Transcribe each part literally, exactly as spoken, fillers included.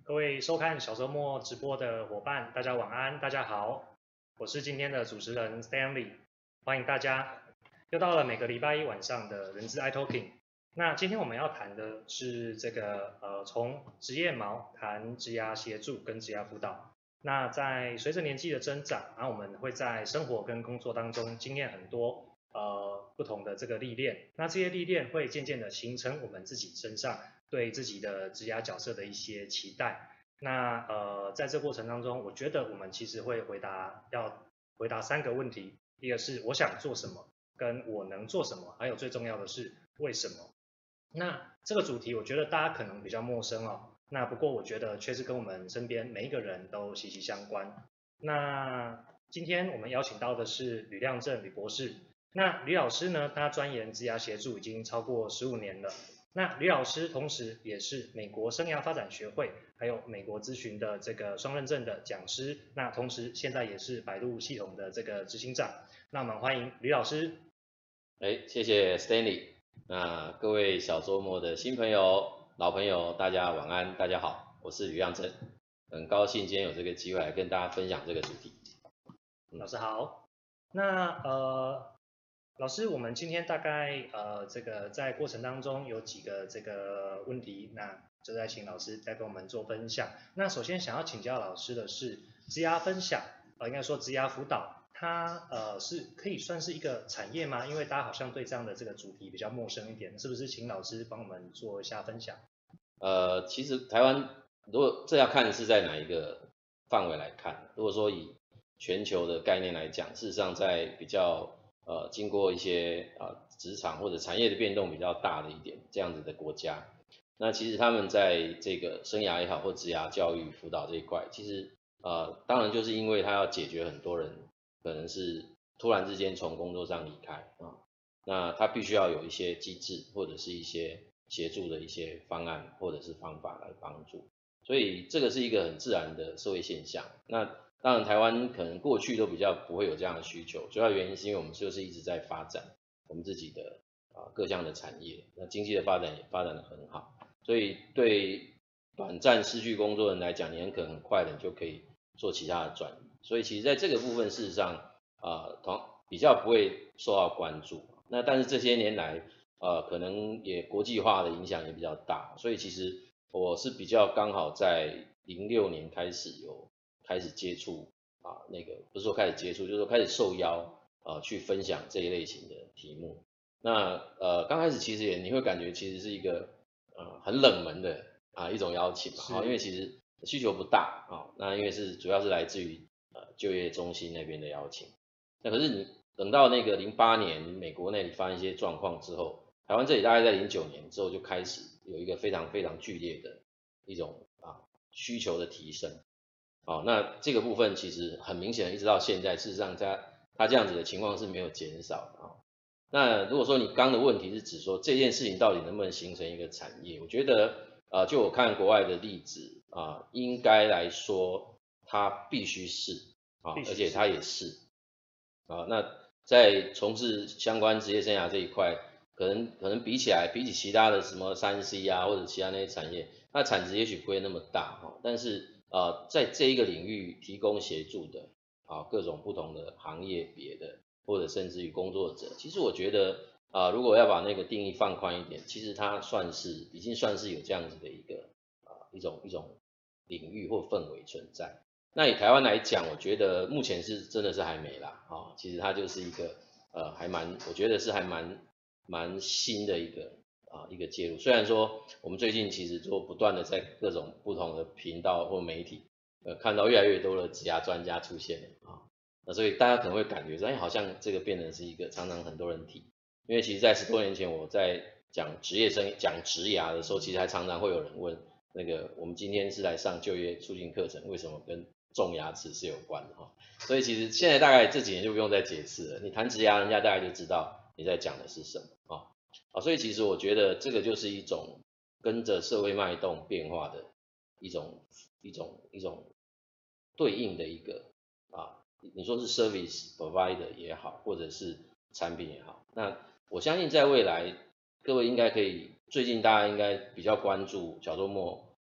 各位收看小周末直播的伙伴，大家晚安，大家好，我是今天的主持人 Stanley， 欢迎大家。又到了每个礼拜一晚上的人资 iTalking。那今天我们要谈的是这个呃，从职业锚谈职涯协助跟职涯辅导。那在随着年纪的增长，然后我们会在生活跟工作当中经验很多呃不同的这个历练，那这些历练会渐渐的形成我们自己身上对自己的职涯角色的一些期待。那呃，在这过程当中，我觉得我们其实会回答要回答三个问题，一个是我想做什么，跟我能做什么，还有最重要的是为什么。那这个主题我觉得大家可能比较陌生哦，那不过我觉得却是跟我们身边每一个人都息息相关。那今天我们邀请到的是吕亮正吕博士。那吕老师呢，他钻研职涯协助已经超过十五年了。那吕老师同时也是美国生涯发展学会还有美国咨询的这个双认证的讲师，那同时现在也是百度系统的这个执行长。那我们欢迎吕老师。 哎，谢谢 Stanley。那各位小周末的新朋友、老朋友，大家晚安，大家好，我是吕亮正，很高兴今天有这个机会来跟大家分享这个主题。 嗯、老师好。那呃。老师，我们今天大概呃这个在过程当中有几个这个问题，那就再请老师再跟我们做分享。那首先想要请教老师的是，职涯分享，呃应该说职涯辅导，它呃是可以算是一个产业吗？因为大家好像对这样的这个主题比较陌生一点，是不是请老师帮我们做一下分享？ 呃，其实台湾如果这要看是在哪一个范围来看，如果说以全球的概念来讲，事实上在比较呃，经过一些呃职场或者产业的变动比较大的一点这样子的国家，那其实他们在这个生涯也好或职涯教育辅导这一块，其实呃当然就是因为他要解决很多人可能是突然之间从工作上离开啊，那他必须要有一些机制或者是一些协助的一些方案或者是方法来帮助，所以这个是一个很自然的社会现象。那当然，台湾可能过去都比较不会有这样的需求，主要原因是因为我们就是一直在发展我们自己的啊各项的产业，那经济的发展也发展的很好，所以对短暂失去工作的人来讲，你很可能很快的就可以做其他的转移，所以其实在这个部分事实上啊同比较不会受到关注。那但是这些年来呃可能也国际化的影响也比较大，所以其实我是比较刚好在零六年开始有。开始接触啊，那个不是说开始接触，就是说开始受邀啊去分享这一类型的题目。那呃刚开始其实也你会感觉其实是一个呃很冷门的啊一种邀请嘛，啊因为其实需求不大啊，那因为是主要是来自于呃就业中心那边的邀请。那可是你等到那个零八年美国那里发生一些状况之后，台湾这里大概在零九年之后就开始有一个非常非常剧烈的一种啊需求的提升。哦，那这个部分其实很明显，一直到现在，事实上它它这样子的情况是没有减少的啊、哦。那如果说你刚的问题是指说这件事情到底能不能形成一个产业，我觉得啊、呃，就我看国外的例子啊、呃，应该来说它必须是啊、哦，而且它也是啊、哦。那在从事相关职业生涯这一块，可能可能比起来，比起其他的什么三 C 啊或者其他那些产业，那产值也许不会那么大哈、哦，但是呃，在这一个领域提供协助的啊，各种不同的行业别的，或者甚至于工作者，其实我觉得啊，如果要把那个定义放宽一点，其实它算是已经算是有这样子的一个啊一种一种领域或氛围存在。那以台湾来讲，我觉得目前是真的是还没啦啊，其实它就是一个呃还蛮，我觉得是还蛮蛮新的一个。啊，一个介入。虽然说我们最近其实就不断的在各种不同的频道或媒体，呃，看到越来越多的职涯专家出现啊，那所以大家可能会感觉说，哎，好像这个变成是一个常常很多人提，因为其实在十多年前我在讲职业生讲职涯的时候，其实还常常会有人问，那个我们今天是来上就业促进课程，为什么跟种牙齿是有关的哈？所以其实现在大概这几年就不用再解释了，你谈职涯，人家大概就知道你在讲的是什么啊。啊，所以其实我觉得这个就是一种跟着社会脉动变化的一种一种一种对应的一个啊，你说是 service provider 也好，或者是产品也好，那我相信在未来各位应该可以，最近大家应该比较关注小周末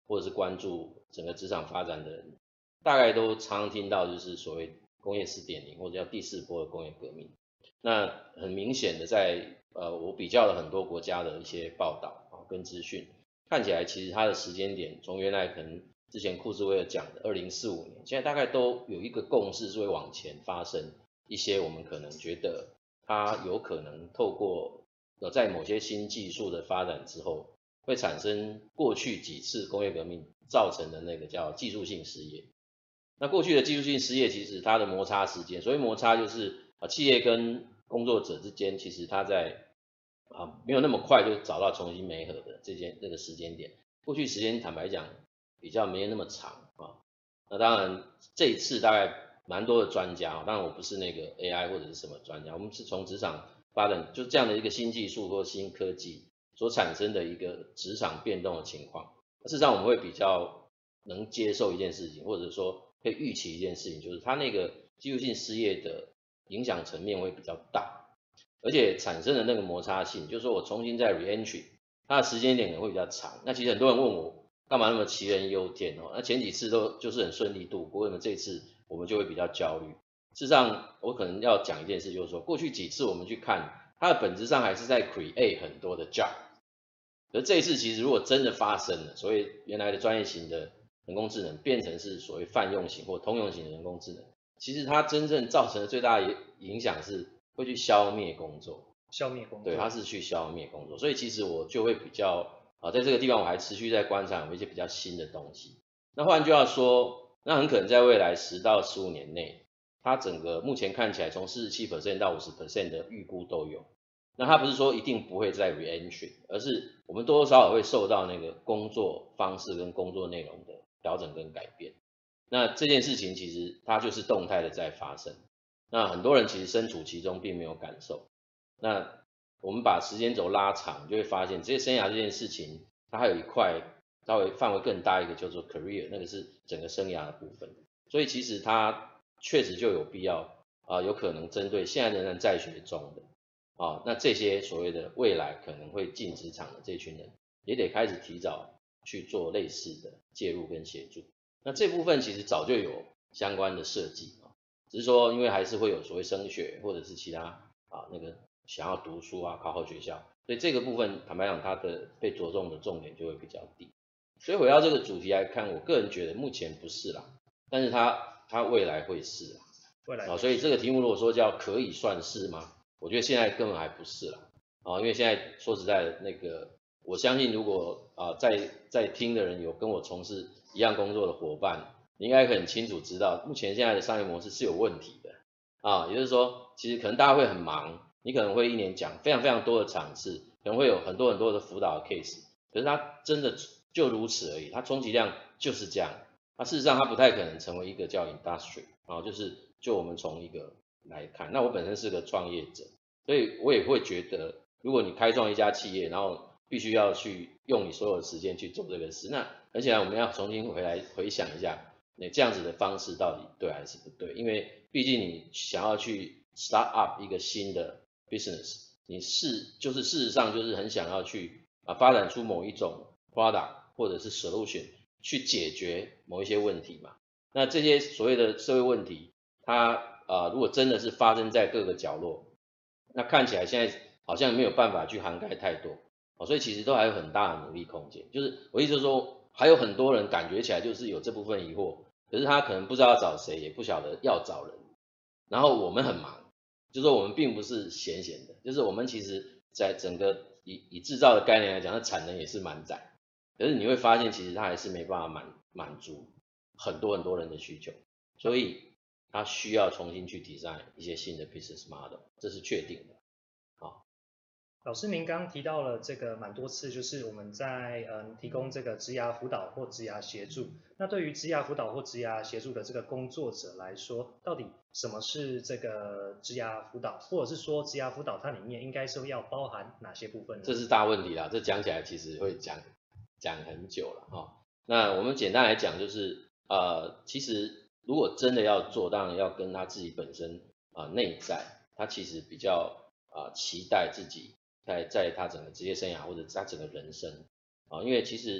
或者是关注整个职场发展的人，大概都常常听到就是所谓工业 四点零 或者叫第四波的工业革命。那很明显的在呃我比较了很多国家的一些报道啊跟资讯，看起来其实它的时间点从原来可能之前库兹韦尔讲的二零四五年，现在大概都有一个共识是会往前发生一些我们可能觉得它有可能透过呃在某些新技术的发展之后，会产生过去几次工业革命造成的那个叫技术性失业。那过去的技术性失业其实它的摩擦时间，所谓摩擦就是啊企业跟工作者之间其实它在啊没有那么快就找到重新媒合的这件这个时间点，过去时间坦白讲比较没有那么长啊。那当然这一次大概蛮多的专家，当然我不是那个 A I 或者是什么专家，我们是从职场发展就这样的一个新技术或新科技所产生的一个职场变动的情况。事实上我们会比较能接受一件事情，或者说可以预期一件事情，就是它那个技术性失业的影响层面会比较大，而且产生的那个摩擦性，就是说我重新再 reentry， 它的时间点可能会比较长。那其实很多人问我干嘛那么杞人忧天哦？那前几次都就是很顺利度过，为什么这次我们就会比较焦虑？事实上，我可能要讲一件事，就是说过去几次我们去看，它的本质上还是在 create 很多的 job， 而这一次其实如果真的发生了，所谓原来的专业型的人工智能变成是所谓泛用型或通用型的人工智能，其实它真正造成的最大的影响是会去消灭工作， 消灭工作， 对，它是去消灭工作，所以其实我就会比较啊，在这个地方我还持续在观察有一些比较新的东西。那换句话说，那很可能在未来十到十五年内，它整个目前看起来从 百分之四十七 到 百分之五十 的预估都有。那它不是说一定不会再 reentry， 而是我们多多少少会受到那个工作方式跟工作内容的调整跟改变。那这件事情其实它就是动态的在发生。那很多人其实身处其中并没有感受。那我们把时间轴拉长，就会发现职业生涯这件事情，它还有一块稍微范围更大一个叫做 career， 那个是整个生涯的部分。所以其实它确实就有必要啊、呃，有可能针对现在仍然在学中的啊、那这些所谓的未来可能会进职场的这群人，也得开始提早去做类似的介入跟协助。那这部分其实早就有相关的设计啊，只是说因为还是会有所谓升学或者是其他啊那个想要读书啊考好学校，所以这个部分坦白讲它的被着重的重点就会比较低。所以回到这个主题来看，我个人觉得目前不是啦，但是它它未来会是啦。 未来啊，所以这个题目如果说叫可以算是吗？我觉得现在根本还不是啦。啊，因为现在说实在的，那个我相信如果啊在在听的人有跟我从事一样工作的伙伴，你应该很清楚知道，目前现在的商业模式是有问题的。啊，也就是说，其实可能大家会很忙，你可能会一年讲非常非常多的场次，可能会有很多很多的辅导的 case， 可是它真的就如此而已，它充其量就是这样。那事实上它不太可能成为一个叫 industry， 啊，就是就我们从一个来看，那我本身是个创业者，所以我也会觉得，如果你开创一家企业，然后必须要去用你所有的时间去做这个事，那很显然我们要重新回来回想一下，你这样子的方式到底对还是不对？因为毕竟你想要去 start up 一个新的 business， 你是就是事实上就是很想要去啊发展出某一种 product 或者是 solution 去解决某一些问题嘛。那这些所谓的社会问题，它啊、呃、如果真的是发生在各个角落，那看起来现在好像没有办法去涵盖太多，哦，所以其实都还有很大的努力空间。就是我意思就是说，还有很多人感觉起来就是有这部分疑惑，可是他可能不知道要找谁，也不晓得要找人。然后我们很忙，就是说我们并不是闲闲的，就是我们其实在整个以以制造的概念来讲，它产能也是蛮窄，可是你会发现其实它还是没办法满满足很多很多人的需求，所以它需要重新去 design 一些新的 business model， 这是确定的。好， 老师您刚刚提到了这个蛮多次，就是我们在嗯提供这个职涯辅导或职涯协助。那对于职涯辅导或职涯协助的这个工作者来说，到底什么是这个职涯辅导，或者是说职涯辅导它里面应该是要包含哪些部分呢？ 这是大问题啦，这讲起来其实会讲讲很久了哈、哦。那我们简单来讲就是，呃，其实如果真的要做，当然要跟他自己本身啊、呃、内在，他其实比较啊、呃、期待自己在在他整个职业生涯或者他整个人生啊、呃，因为其实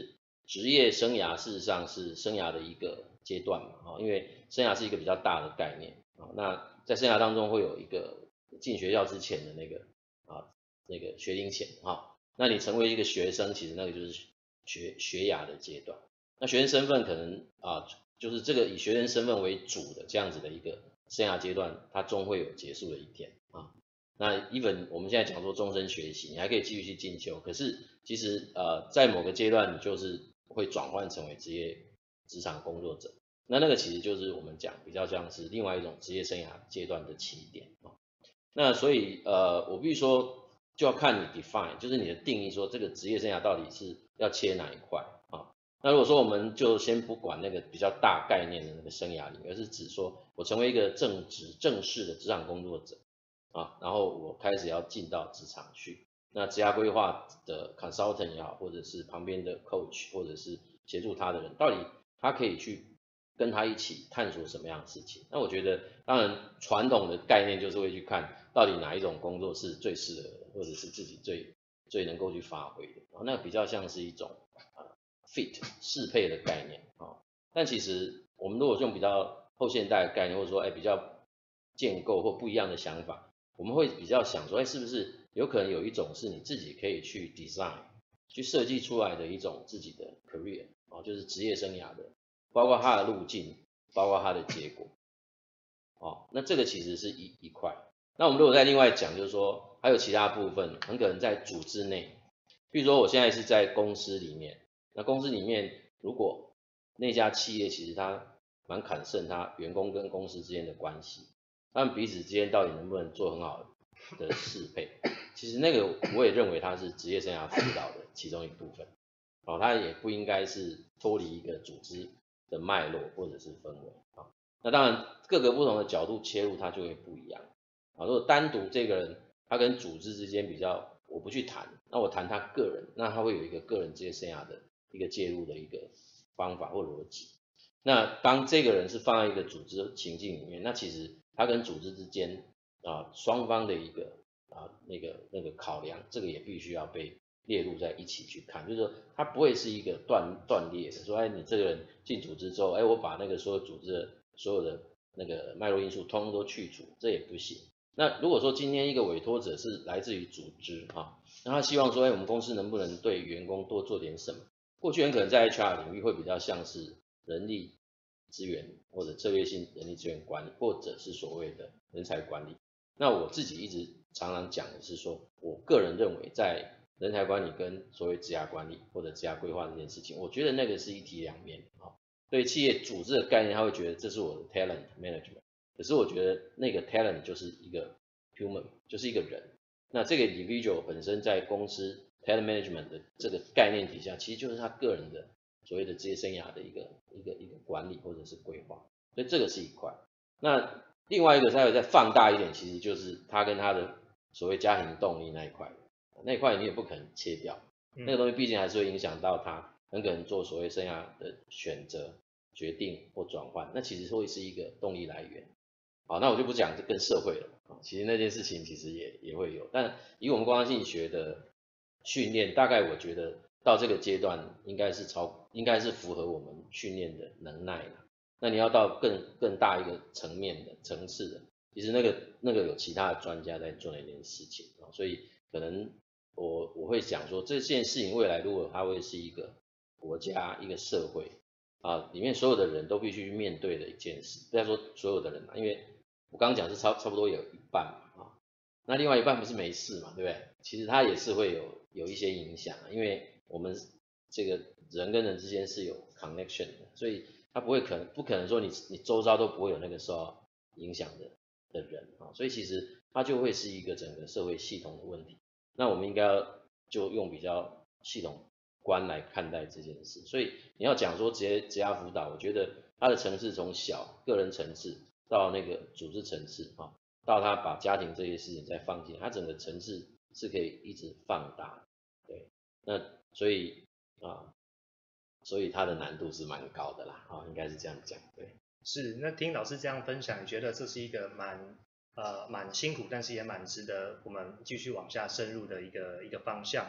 职业生涯事实上是生涯的一个阶段嘛，啊，因为生涯是一个比较大的概念啊，那在生涯当中会有一个进学校之前的那个啊那个学龄前哈，那你成为一个学生，其实那个就是学学涯的阶段，那学生身份可能啊就是这个以学生身份为主的这样子的一个生涯阶段，它终会有结束的一天啊。那 even 我们现在讲说终身学习，你还可以继续去进修，可是其实呃在某个阶段你就是会转换成为职业职场工作者，那那个其实就是我们讲比较像是另外一种职业生涯阶段的起点啊。那所以呃我必须说就要看你 define， 就是你的定义说这个职业生涯到底是要切哪一块啊。那如果说我们就先不管那个比较大概念的那个生涯里，而是指说我成为一个正职正式的职场工作者啊，然后我开始要进到职场去，那职涯规划的 consultant 也好，或者是旁边的 coach， 或者是协助他的人，到底他可以去跟他一起探索什么样的事情？那我觉得，当然传统的概念就是会去看到底哪一种工作是最适合的，或者是自己最最能够去发挥的，啊，那比较像是一种呃 fit 适配的概念啊。但其实我们如果用比较后现代的概念，或者说哎比较建构或不一样的想法，我们会比较想说，哎，是不是有可能有一种是你自己可以去 design， 去设计出来的一种自己的 career 啊，就是职业生涯的，包括它的路径，包括它的结果，哦，那这个其实是一一块。那我们如果再另外讲，就是说还有其他部分，很可能在组织内，比如说我现在是在公司里面，那公司里面如果那家企业其实它蛮看重它员工跟公司之间的关系，他们彼此之间到底能不能做很好的适配，其实那个我也认为它是职业生涯辅导的其中一部分，哦，它也不应该是脱离一个组织的脉络或者是氛围啊。那当然各个不同的角度切入，它就会不一样啊。如果单独这个人他跟组织之间比较，我不去谈，那我谈他个人，那他会有一个个人职业生涯的一个介入的一个方法或逻辑。那当这个人是放在一个组织情境里面，那其实他跟组织之间啊双方的一个啊那个那个考量，这个也必须要被列入在一起去看，就是说它不会是一个断断裂的，说哎你这个人进组织之后，哎我把那个所有组织的所有的那个脉络因素通通都去除，这也不行。那如果说今天一个委托者是来自于组织啊，那他希望说，哎我们公司能不能对员工多做点什么？过去很可能在 H R 领域会比较像是人力资源或者策略性人力资源管理，或者是所谓的人才管理。那我自己一直常常讲的是说，我个人认为在人才管理跟所谓职涯管理或者职涯规划这件事情，我觉得那个是一体两面啊。对企业组织的概念，他会觉得这是我的 talent management， 可是我觉得那个 talent 就是一个 human， 就是一个人。那这个 individual 本身在公司 talent management 的这个概念底下，其实就是他个人的所谓的职业生涯的一个一个一个管理或者是规划，所以这个是一块。那另外一个稍微再放大一点，其实就是他跟他的所谓家庭动力那一块，那一块你也不可能切掉，那个东西毕竟还是会影响到他很可能做所谓生涯的选择、决定或转换，那其实会是一个动力来源。好，那我就不讲跟社会了，其实那件事情其实也也会有，但以我们光性学的训练，大概我觉得到这个阶段应该是超，应该是符合我们训练的能耐了。那你要到更更大一个层面的层次的，其实那个那个有其他的专家在做那件事情啊，所以可能我我会讲说这件事情未来如果它会是一个国家一个社会啊，里面所有的人都必须面对的一件事，不要说所有的人嘛，因为我刚刚讲是差差不多有一半嘛啊，那另外一半不是没事嘛，对不对？其实它也是会有有一些影响，因为我们这个人跟人之间是有 connection 的，所以他不会可能不可能说你你周遭都不会有那个受到影响的的人啊，所以其实它就会是一个整个社会系统的问题。那我们应该要就用比较系统观来看待这件事。所以你要讲说职业职业辅导，我觉得它的层次从小个人层次到那个组织层次啊，到他把家庭这些事情再放进，它整个层次是可以一直放大。对，那所以啊。所以它的难度是蛮高的啦，啊，应该是这样讲，对。 是，那听老师这样分享，你觉得这是一个蛮呃蛮辛苦，但是也蛮值得我们继续往下深入的一个一个方向。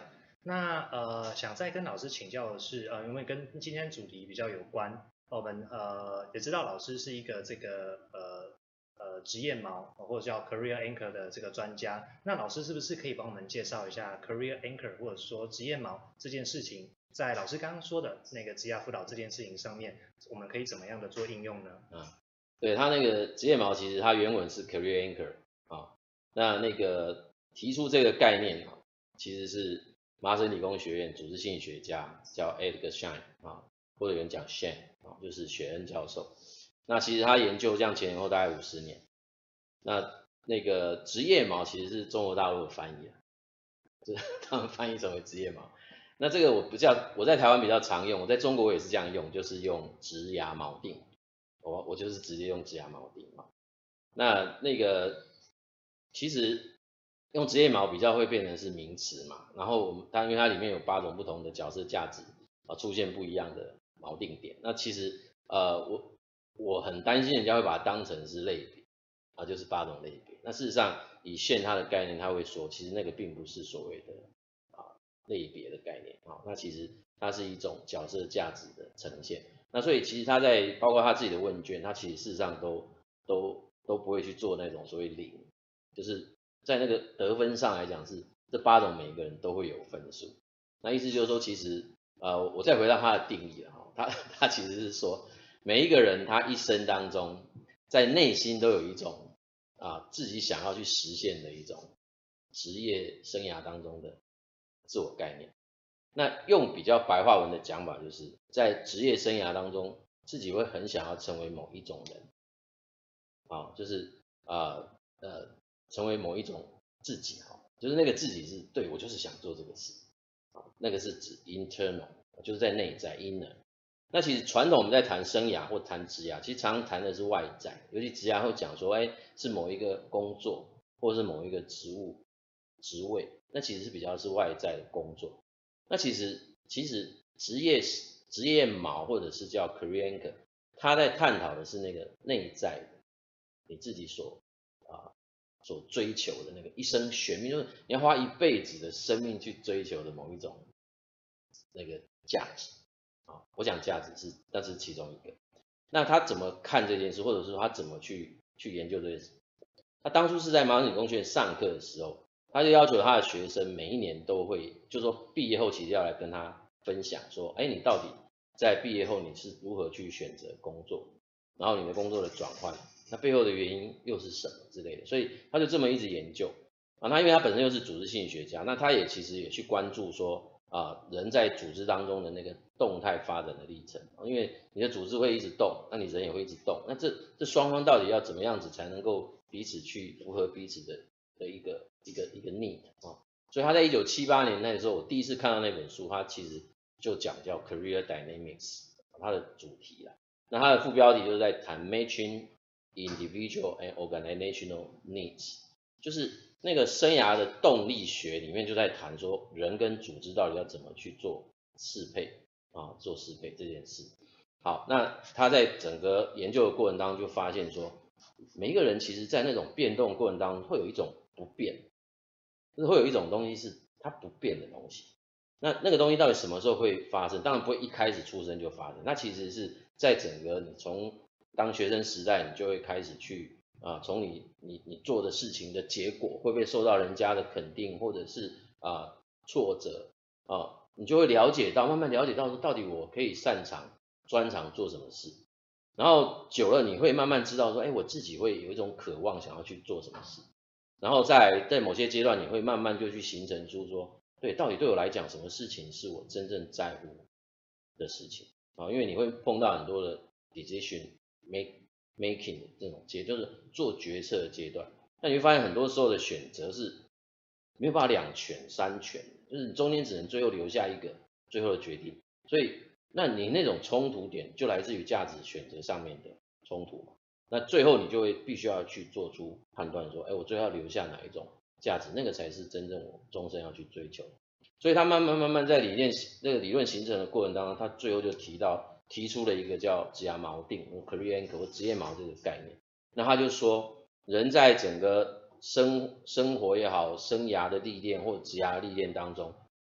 那呃，想再跟老师请教的是，呃，因为跟今天主题比较有关，我们呃也知道老师是一个这个呃呃职业锚或者叫 career anchor 的这个专家，那老师是不是可以帮我们介绍一下 career anchor 或者说职业锚这件事情，在老师刚刚说的那个职业辅导这件事情上面，我们可以怎么样的做应用呢？ 啊，对，他那个职业锚其实它原文是 career anchor 啊，那那个提出这个概念啊，其实是麻省理工学院组织心理学家叫 Edgar Schein 啊，或者有人讲 Schein 啊，就是雪恩教授。那其实他研究这样前前后大概五十年。那那个职业锚其实是中国大陆的翻译啊，就是他们翻译成为职业锚。那这个我不叫我在台湾比较常用，我在中国也是这样用，就是用职涯锚定。我我就是直接用职涯锚定嘛。那那个其实用职业锚比较会变成是名词嘛，然后我们当然因为它里面有八种不同的角色价值啊，出现不一样的锚定点。那其实呃我我很担心人家会把它当成是类别啊，就是八种类别。那事实上以现它的概念，他会说其实那个并不是所谓的啊类别的概念啊，那其实它是一种角色价值的呈现。那所以其实他在包括他自己的问卷，他其实事实上都都都不会去做那种所谓零，就是在那个得分上来讲是这八种每个人都会有分数。那意思就是说，其实呃我再回到他的定义了哈，他他其实是说每一个人他一生当中在内心都有一种啊自己想要去实现的一种职业生涯当中的自我概念。那用比较白话文的讲法，就是在职业生涯当中，自己会很想要成为某一种人，啊，就是啊 呃, 呃成为某一种自己哈，就是那个自己是对我就是想做这个事，啊，那个是指 internal， 就是在内在 inner。那其实传统我们在谈生涯或谈职涯，其实常常谈的是外在，尤其职涯会讲说，哎，是某一个工作或者是某一个职务职位，那其实是比较是外在的工作。那其实其实职业职业锚或者是叫 career anchor， 他在探讨的是那个内在的你自己所啊所追求的那个一生悬命，就是你要花一辈子的生命去追求的某一种那个价值啊。我讲价值是，那是其中一个。那他怎么看这件事，或者说他怎么去去研究这件事？他当初是在麻省理工学院上课的时候，他就要求他的学生每一年都会，就说毕业后其实要来跟他分享说，哎，你到底在毕业后你是如何去选择工作，然后你的工作的转换，那背后的原因又是什么之类的。所以他就这么一直研究啊。他因为他本身又是组织心理学家，那他也其实也去关注说啊人在组织当中的那个动态发展的历程，因为你的组织会一直动，那你人也会一直动，那这这双方到底要怎么样子才能够彼此去符合彼此的的一个一个一个 need 啊。所以他在一九七八年那时候，我第一次看到那本书，他其实就讲叫 Career Dynamics， 它的主题啦。那它的副标题就是在谈 Matching Individual and Organizational Needs， 就是那个生涯的动力学里面就在谈说人跟组织到底要怎么去做适配啊，做适配这件事。好，那他在整个研究的过程当中就发现说，每一个人其实在那种变动过程当中会有一种不变，就是会有一种东西是它不变的东西。那那个东西到底什么时候会发生？当然不会一开始出生就发生，那其实是在整个你从当学生时代，你就会开始去啊，从你你你做的事情的结果会不会受到人家的肯定，或者是啊挫折啊，你就会了解到，慢慢了解到说到底我可以擅长专长做什么事，然后久了你会慢慢知道说，哎，我自己会有一种渴望想要去做什么事，然后在在某些阶段你会慢慢就去形成出说，对，到底对我来讲什么事情是我真正在乎的事情啊，因为你会碰到很多的 decision make making 的这种阶，就是做决策的阶段，那你会发现很多时候的选择是没有办法两全三全，就是你中间只能最后留下一个最后的决定，所以那你那种冲突点就来自于价值选择上面的冲突嘛，那最后你就会必须要去做出判断说，哎，我最后要留下哪一种价值，那个才是真正我终身要去追求。所以他慢慢慢慢在理念那个理论形成的过程当中，他最后就提到提出了一个叫职涯锚定 career anchor 或职业锚这个概念。那他就说，人在整个生生活也好，生涯的历练或职涯历练当中，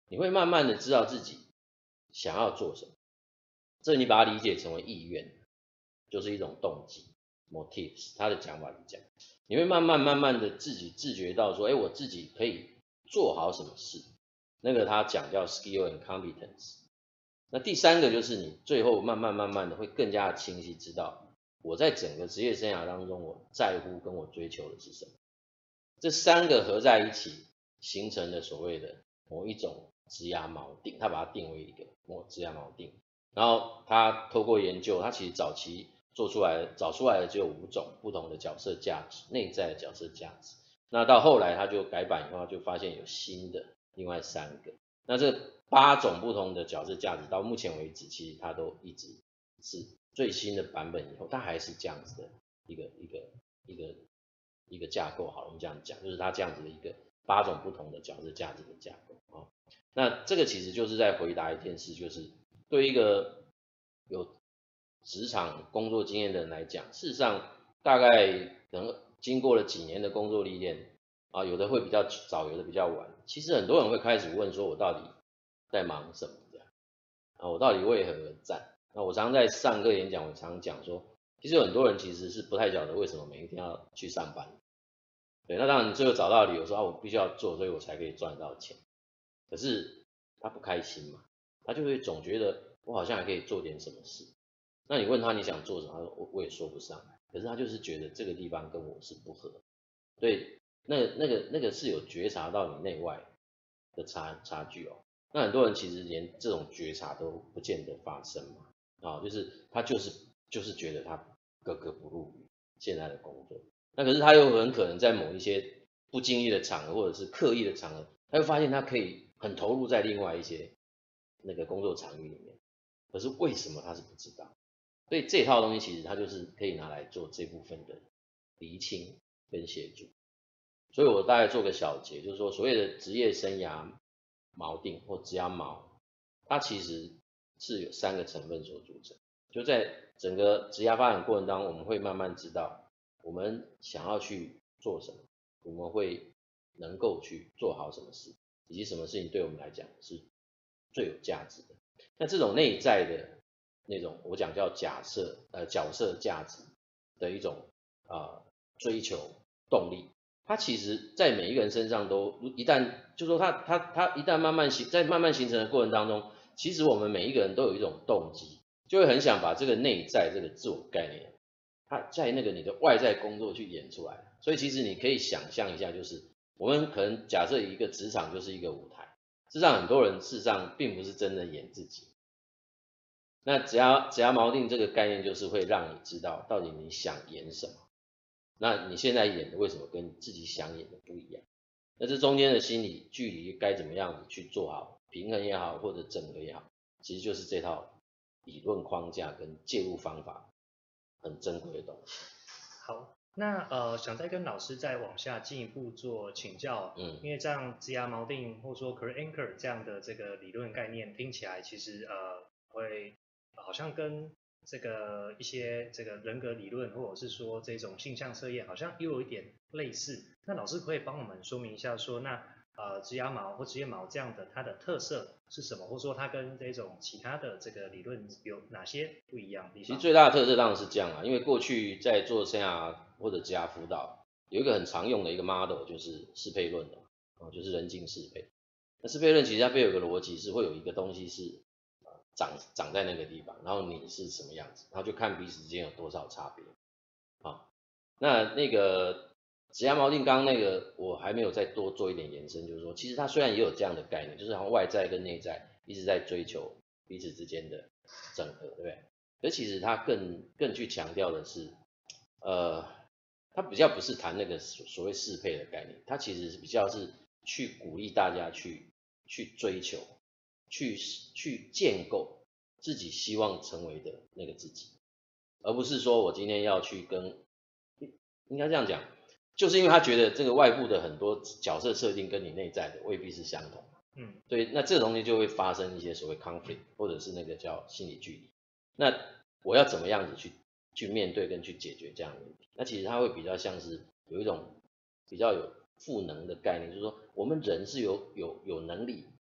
你会慢慢的知道自己想要做什么，这你把它理解成为意愿，就是一种动机 motives， 他的讲法是这样，你会慢慢慢慢的自己自觉到说，哎，我自己可以做好什么事，那个他讲叫 skill and competence。那第三个就是你最后慢慢慢慢的会更加的清晰知道，我在整个职业生涯当中，我在乎跟我追求的是什么。这三个合在一起，形成了所谓的某一种职涯锚定，他把它定为一个某职涯锚定。然后他透过研究，他其实早期做出来找出来的只有五种不同的角色价值，内在的角色价值。那到后来他就改版以后，就发现有新的另外三个。那这八种不同的角色价值，到目前为止，其实它都一直是最新的版本以后，它还是这样子的一个一个一个一个架构。好了，我们这样讲，就是它这样子的一个八种不同的角色价值的架构啊。那这个其实就是在回答一件事，就是对一个有职场工作经验的人来讲，事实上大概可能经过了几年的工作历练啊，有的会比较早，有的比较晚。其实很多人会开始问说，我到底在忙什么这样啊？我到底为何而战？那我常常在上课演讲，我常常讲说，其实有很多人其实是不太晓得为什么每一天要去上班。对，那当然你最后找到理由说啊，我必须要做，所以我才可以赚到钱。可是他不开心嘛，他就会总觉得我好像还可以做点什么事。那你问他你想做什么，他说我我也说不上来。可是他就是觉得这个地方跟我是不合，对。那那个那个是有觉察到你内外的差差距哦。那很多人其实连这种觉察都不见得发生嘛，啊，就是他就是就是觉得他格格不入于现在的工作。那可是他又很可能在某一些不经意的场合或者是刻意的场合，他会发现他可以很投入在另外一些那个工作场域里面。可是为什么他是不知道？所以这套东西其实他就是可以拿来做这部分的厘清跟协助。所以我大概做个小结，就是说所谓的职业生涯锚定或职涯锚，它其实是有三个成分所组成。就在整个职涯发展过程当中，我们会慢慢知道我们想要去做什么，我们会能够去做好什么事，以及什么事情对我们来讲是最有价值的。那这种内在的那种我讲叫假设呃角色价值的一种啊、呃、追求动力，它其实在每一个人身上都一旦就说它它它一旦慢慢形在慢慢形成的过程当中，其实我们每一个人都有一种动机，就会很想把这个内在这个自我概念，它在那个你的外在工作去演出来。所以其实你可以想象一下，就是我们可能假设一个职场就是一个舞台，事实上很多人事实上并不是真的演自己。那只要只要锚定这个概念，就是会让你知道到底你想演什么。那你现在演的为什么跟自己想演的不一样？那这中间的心理距离该怎么样子去做好平衡也好，或者整合也好，其实就是这套理论框架跟介入方法很珍贵的东西。 好，那呃想再跟老师再往下进一步做请教，嗯，因为这样职涯锚定或者说 career anchor 这样的这个理论概念听起来其实呃会好像跟这个一些这个人格理论或者是说这种性向测验好像又有一点类似。那老师可以帮我们说明一下说，那呃职涯锚或职业锚这样的它的特色是什么，或者说它跟这种其他的这个理论有哪些不一样的地方？ 其实最大的特色当然是这样啊，因为过去在做生涯或者职涯辅导，有一个很常用的一个 model 就是适配论的，啊，就是人境适配。那适配论其实它背后有个逻辑是会有一个东西是长长在那个地方，然后你是什么样子，然后就看彼此之间有多少差别。好，那那个职涯锚定刚刚那个我还没有再多做一点延伸，就是说其实它虽然也有这样的概念，就是好像外在跟内在一直在追求彼此之间的整合，对不对？可其实它更更去强调的是，呃，它比较不是谈那个所所谓适配的概念，它其实比较是去鼓励大家去去追求。去去建构自己希望成为的那个自己，而不是说我今天要去跟，应该这样讲，就是因为他觉得这个外部的很多角色设定跟你内在的未必是相同，嗯，所以那这个东西就会发生一些所谓 conflict， 或者是那个叫心理距离。那我要怎么样子去去面对跟去解决这样的问题？那其实它会比较像是有一种比较有赋能的概念，就是说我们人是有有有能力。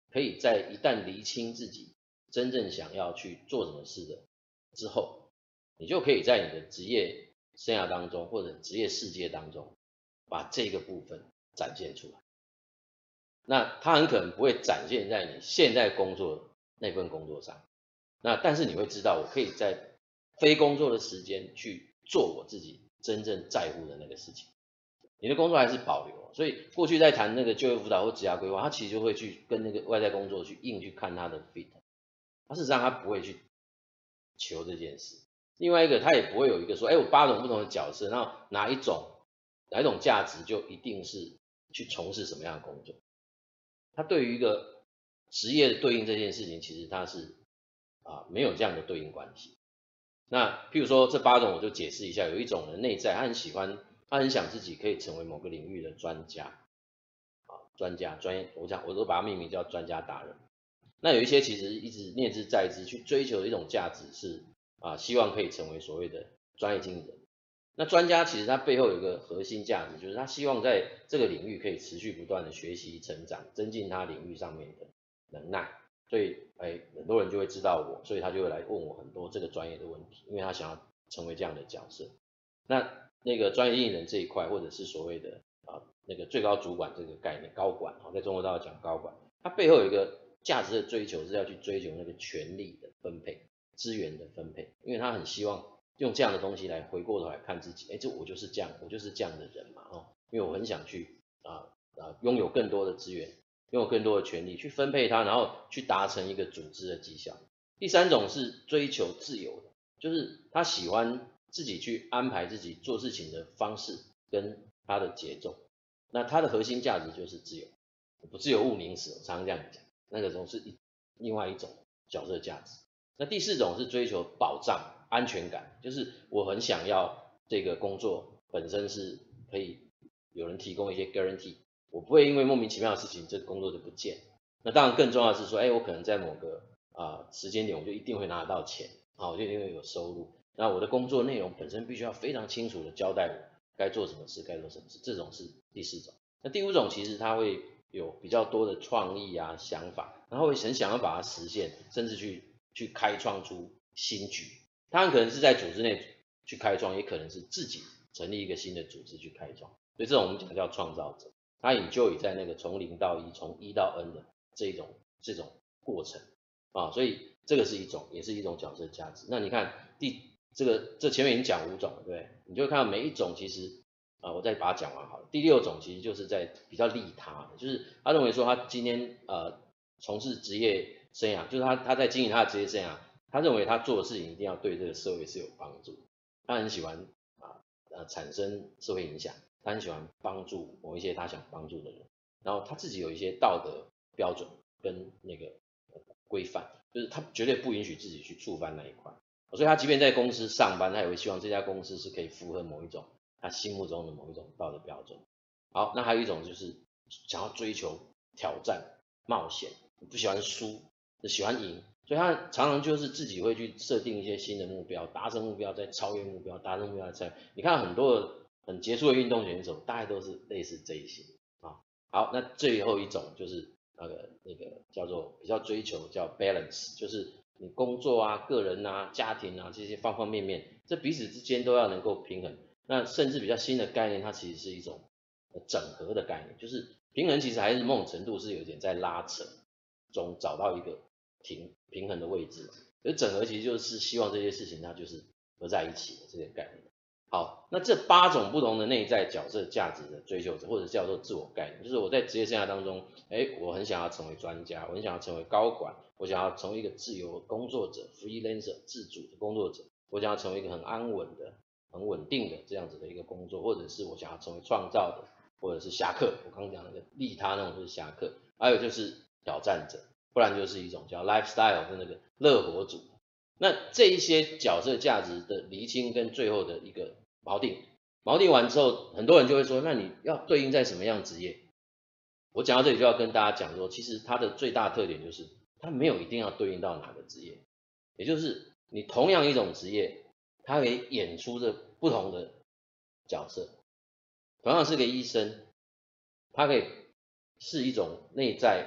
可以在一旦厘清自己真正想要去做什么事的之后，你就可以在你的职业生涯当中或者职业世界当中，把这个部分展现出来。那它很可能不会展现在你现在工作那份工作上，那但是你会知道，我可以在非工作的时间去做我自己真正在乎的那个事情。你的工作还是保留，所以过去在谈那个就业辅导或职业规划，他其实就会去跟那个外在工作去硬去看他的 fit， 他事实上他不会去求这件事。另外一个，他也不会有一个说，哎，我八种不同的角色，然后哪一种哪一种价值就一定是去从事什么样的工作。他对于一个职业的对应这件事情，其实他是啊没有这样的对应关系。那譬如说这八种我就解释一下，有一种人内在他很喜欢，他很想自己可以成为某个领域的专家，啊专家专业，我讲我都把它命名叫专家达人。那有一些其实一直念之在之去追求的一种价值是啊希望可以成为所谓的专业经理人。那专家其实他背后有一个核心价值，就是他希望在这个领域可以持续不断的学习成长，增进他领域上面的能耐。所以，哎，很多人就会知道我，所以他就会来问我很多这个专业的问题，因为他想要成为这样的角色。那那个专业经理人这一块，或者是所谓的啊那个最高主管这个概念，高管啊，在中国大陆讲高管，他背后有一个价值的追求，是要去追求那个权力的分配、资源的分配，因为他很希望用这样的东西来回过头来看自己，哎，这我就是这样，我就是这样的人嘛，哦，因为我很想去啊啊拥有更多的资源。拥有更多的权利去分配它，然后去达成一个组织的绩效。第三种是追求自由的，就是他喜欢自己去安排自己做事情的方式跟他的节奏。那他的核心价值就是自由，不自由勿宁死，我常常这样讲。那个种是一另外一种角色价值。那第四种是追求保障、安全感，就是我很想要这个工作本身是可以有人提供一些 guarantee。我不会因为莫名其妙的事情，这个工作就不见。那当然更重要的是说，哎，我可能在某个啊、呃、时间点，我就一定会拿得到钱，啊，我就一定会有收入。那我的工作内容本身必须要非常清楚的交代我该做什么事，该做什么事。这种是第四种。那第五种其实它会有比较多的创意啊想法，然后会很想要把它实现，甚至去去开创出新局。他们可能是在组织内去开创，也可能是自己成立一个新的组织去开创。所以这种我们讲叫创造者。他enjoy在那个从零到一，从一到 n 的这一种这种过程啊，所以这个是一种，也是一种角色价值。那你看第这个这前面已经讲五种了，对不对？你就会看到每一种其实啊，我再把它讲完好了。第六种其实就是在比较利他，就是他认为说他今天呃从事职业生涯，就是他他在经营他的职业生涯，他认为他做的事情一定要对这个社会是有帮助，他很喜欢啊呃产生社会影响。他很喜欢帮助某一些他想帮助的人，然后他自己有一些道德标准跟那个规范，就是他绝对不允许自己去触犯那一块，所以他即便在公司上班，他也会希望这家公司是可以符合某一种他心目中的某一种道德标准。好，那还有一种就是想要追求挑战、冒险，不喜欢输，喜欢赢，所以他常常就是自己会去设定一些新的目标，达成目标再超越目标，达成目标再，你看很多的很杰出的运动选手，大概都是类似这一些啊。好，那最后一种就是那个那个叫做比较追求叫 balance， 就是你工作啊、个人啊、家庭啊这些方方面面，这彼此之间都要能够平衡。那甚至比较新的概念，它其实是一种整合的概念，就是平衡其实还是某种程度是有点在拉扯中找到一个平平衡的位置，而整合其实就是希望这些事情它就是合在一起的这个概念。好，那这八种不同的内在角色价值的追求者，或者叫做自我概念，就是我在职业生涯当中，哎，我很想要成为专家，我很想要成为高管，我想要成为一个自由工作者 freelancer 自主的工作者，我想要成为一个很安稳的、很稳定的这样子的一个工作，或者是我想要成为创造的，或者是侠客，我刚刚讲那个利他那种就是侠客，还有就是挑战者，不然就是一种叫 lifestyle 的那个乐活族。那这一些角色价值的厘清跟最后的一个锚定，锚定完之后，很多人就会说，那你要对应在什么样职业？我讲到这里就要跟大家讲说，其实它的最大特点就是它没有一定要对应到哪个职业，也就是你同样一种职业，它可以演出着不同的角色。同样是个医生，他可以是一种内在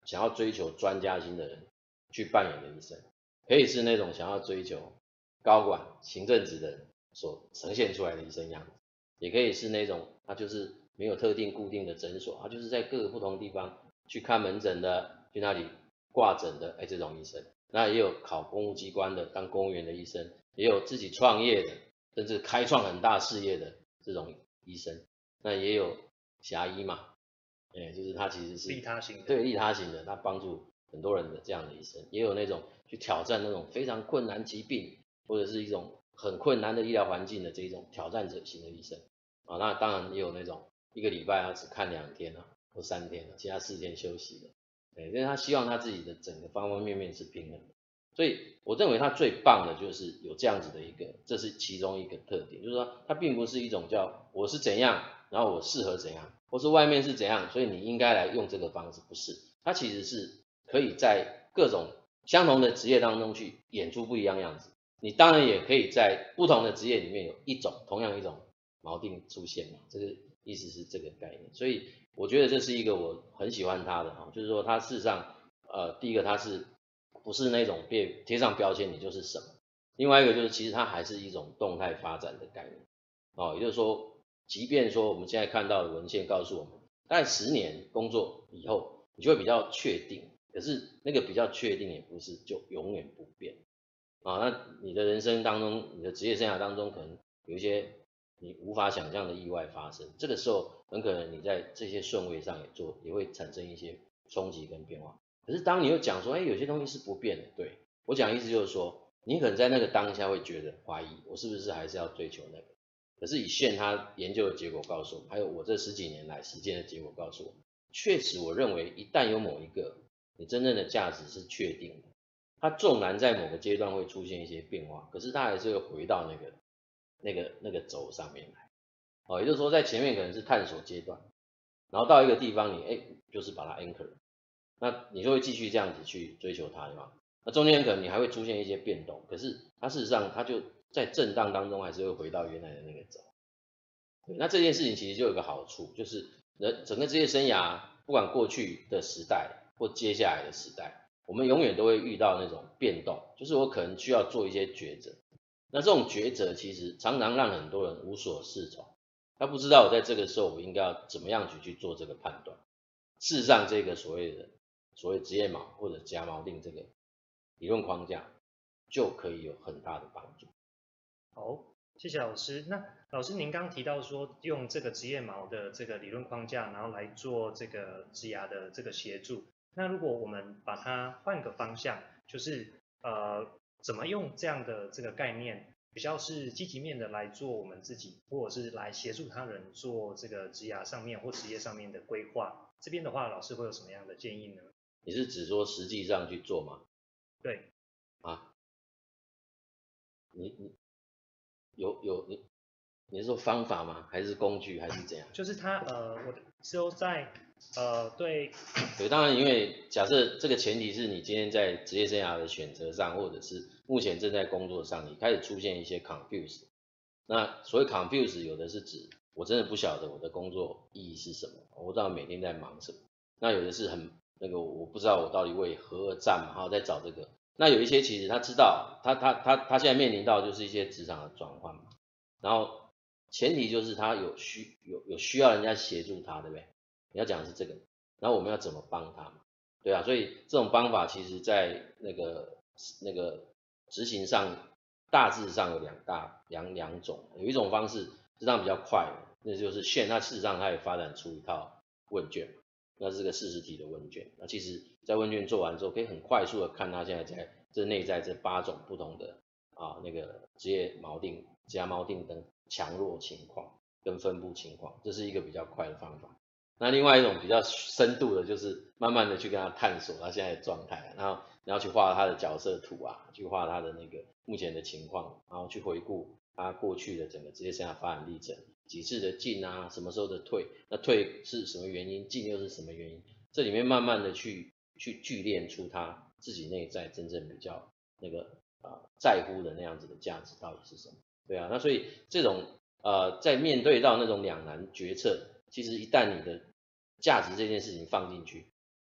想要追求专家型的人去扮演的医生，可以是那种想要追求高管行政职的人所呈现出来的医生样子，也可以是那种他就是没有特定固定的诊所，他就是在各个不同的地方去看门诊的，去那里挂诊的，哎，这种医生。那也有考公务机关的，当公务员的医生，也有自己创业的，甚至开创很大事业的这种医生。那也有侠医嘛，哎，就是他其实是利他型的， 对利他型的，他帮助很多人的这样的医生。也有那种去挑战那种非常困难疾病，或者是一种很困难的医疗环境的这一种挑战者型的医生啊。那当然也有那种一个礼拜他只看两天啊，或三天啊，其他四天休息的。对，因为他希望他自己的整个方方面面是平衡的，所以我认为他最棒的就是有这样子的一个，这是其中一个特点，就是说他并不是一种叫我是怎样，然后我适合怎样，或是外面是怎样，所以你应该来用这个方式，不是，他其实是可以在各种相同的职业当中去演出不一样样子，你当然也可以在不同的职业里面有一种同样一种锚定出现嘛，这个意思是这个概念，所以我觉得这是一个我很喜欢他的哈，就是说他事实上，呃，第一个他是不是那种被贴上标签你就是什么，另外一个就是其实它还是一种动态发展的概念，哦，也就是说，即便说我们现在看到的文献告诉我们，大概十年工作以后，你就会比较确定，可是那个比较确定也不是就永远不变，啊，那你的人生当中，你的职业生涯当中可能有一些你无法想象的意外发生，这个时候很可能你在这些顺位上也做也会产生一些冲击跟变化。可是当你又讲说，哎，有些东西是不变的，对，我讲的意思就是说，你可能在那个当下会觉得怀疑，我是不是还是要追求那个？可是以现他研究的结果告诉我们，还有我这十几年来实践的结果告诉我们，确实我认为一旦有某一个你真正的价值是确定的，它纵然在某个阶段会出现一些变化，可是它还是会回到那个那个那个轴上面来，哦，也就是说在前面可能是探索阶段，然后到一个地方你哎就是把它 anchor， 那你就会继续这样子去追求它嘛，那中间可能你还会出现一些变动，可是它事实上它就在震荡当中还是会回到原来的那个轴，对，那这件事情其实就有个好处，就是人整个职业生涯不管过去的时代或接下来的时代，我们永远都会遇到那种变动，就是我可能需要做一些抉择。那这种抉择其实常常让很多人无所适从，他不知道我在这个时候我应该要怎么样去去做这个判断。事实上，这个所谓的所谓职业锚或者假锚定这个理论框架，就可以有很大的帮助。 好，谢谢老师。那老师您刚提到说用这个职业锚的这个理论框架，然后来做这个职涯的这个协助。那如果我们把它换个方向，就是呃怎么用这样的这个概念，比较是积极面的来做我们自己，或者是来协助他人做这个职涯上面或职业上面的规划。这边的话，老师会有什么样的建议呢？ 你是指说实际上去做吗？ 对。 啊，你你有有你你是说方法吗？还是工具还是怎样？ 就是他呃，我只有在呃对对，当然因为假设这个前提是你今天在职业生涯的选择上，或者是目前正在工作上，你开始出现一些 confuse。那所谓 confuse 有的是指我真的不晓得我的工作意义是什么，我不知道每天在忙什么。那有的是很那个我不知道我到底为何而战嘛，然后在找这个。那有一些其实他知道，他他他他现在面临到就是一些职场的转换嘛，然后前提就是他有需有有需要人家协助他，对不对？你要讲的是这个，然后我们要怎么帮他嘛？对啊，所以这种方法其实在那个那个执行上大致上有两大两两种，有一种方式是这样比较快的，那就是现那事实上它也发展出一套问卷，那是个四十题的问卷，那其实在问卷做完之后，可以很快速的看他现在在这内在这八种不同的啊那个职业锚定、职业锚定的强弱情况跟分布情况，这是一个比较快的方法。那另外一种比较深度的，就是慢慢的去跟他探索他现在的状态，然后然后去画他的角色图啊，去画他的那个目前的情况，然后去回顾他过去的整个职业生涯发展历程，几次的进啊，什么时候的退，那退是什么原因，进又是什么原因，这里面慢慢的去去聚炼出他自己内在真正比较那个啊、呃、在乎的那样子的价值到底是什么，对啊，那所以这种呃在面对到那种两难决策，其实一旦你的价值这件事情放进去，